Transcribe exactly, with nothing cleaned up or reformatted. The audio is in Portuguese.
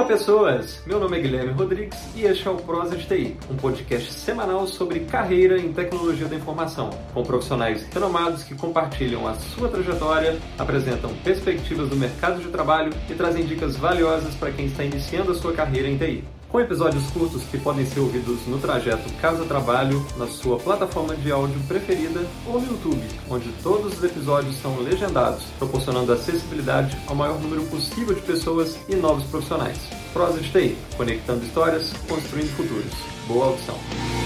Fala pessoas, meu nome é Guilherme Rodrigues e este é o Prosa de T I, um podcast semanal sobre carreira em tecnologia da informação, com profissionais renomados que compartilham a sua trajetória, apresentam perspectivas do mercado de trabalho e trazem dicas valiosas para quem está iniciando a sua carreira em T I. Com episódios curtos que podem ser ouvidos no trajeto casa-trabalho, na sua plataforma de áudio preferida ou no YouTube, onde todos os episódios são legendados, proporcionando acessibilidade ao maior número possível de pessoas e novos profissionais. Prosa de T I, conectando histórias, construindo futuros. Boa audição!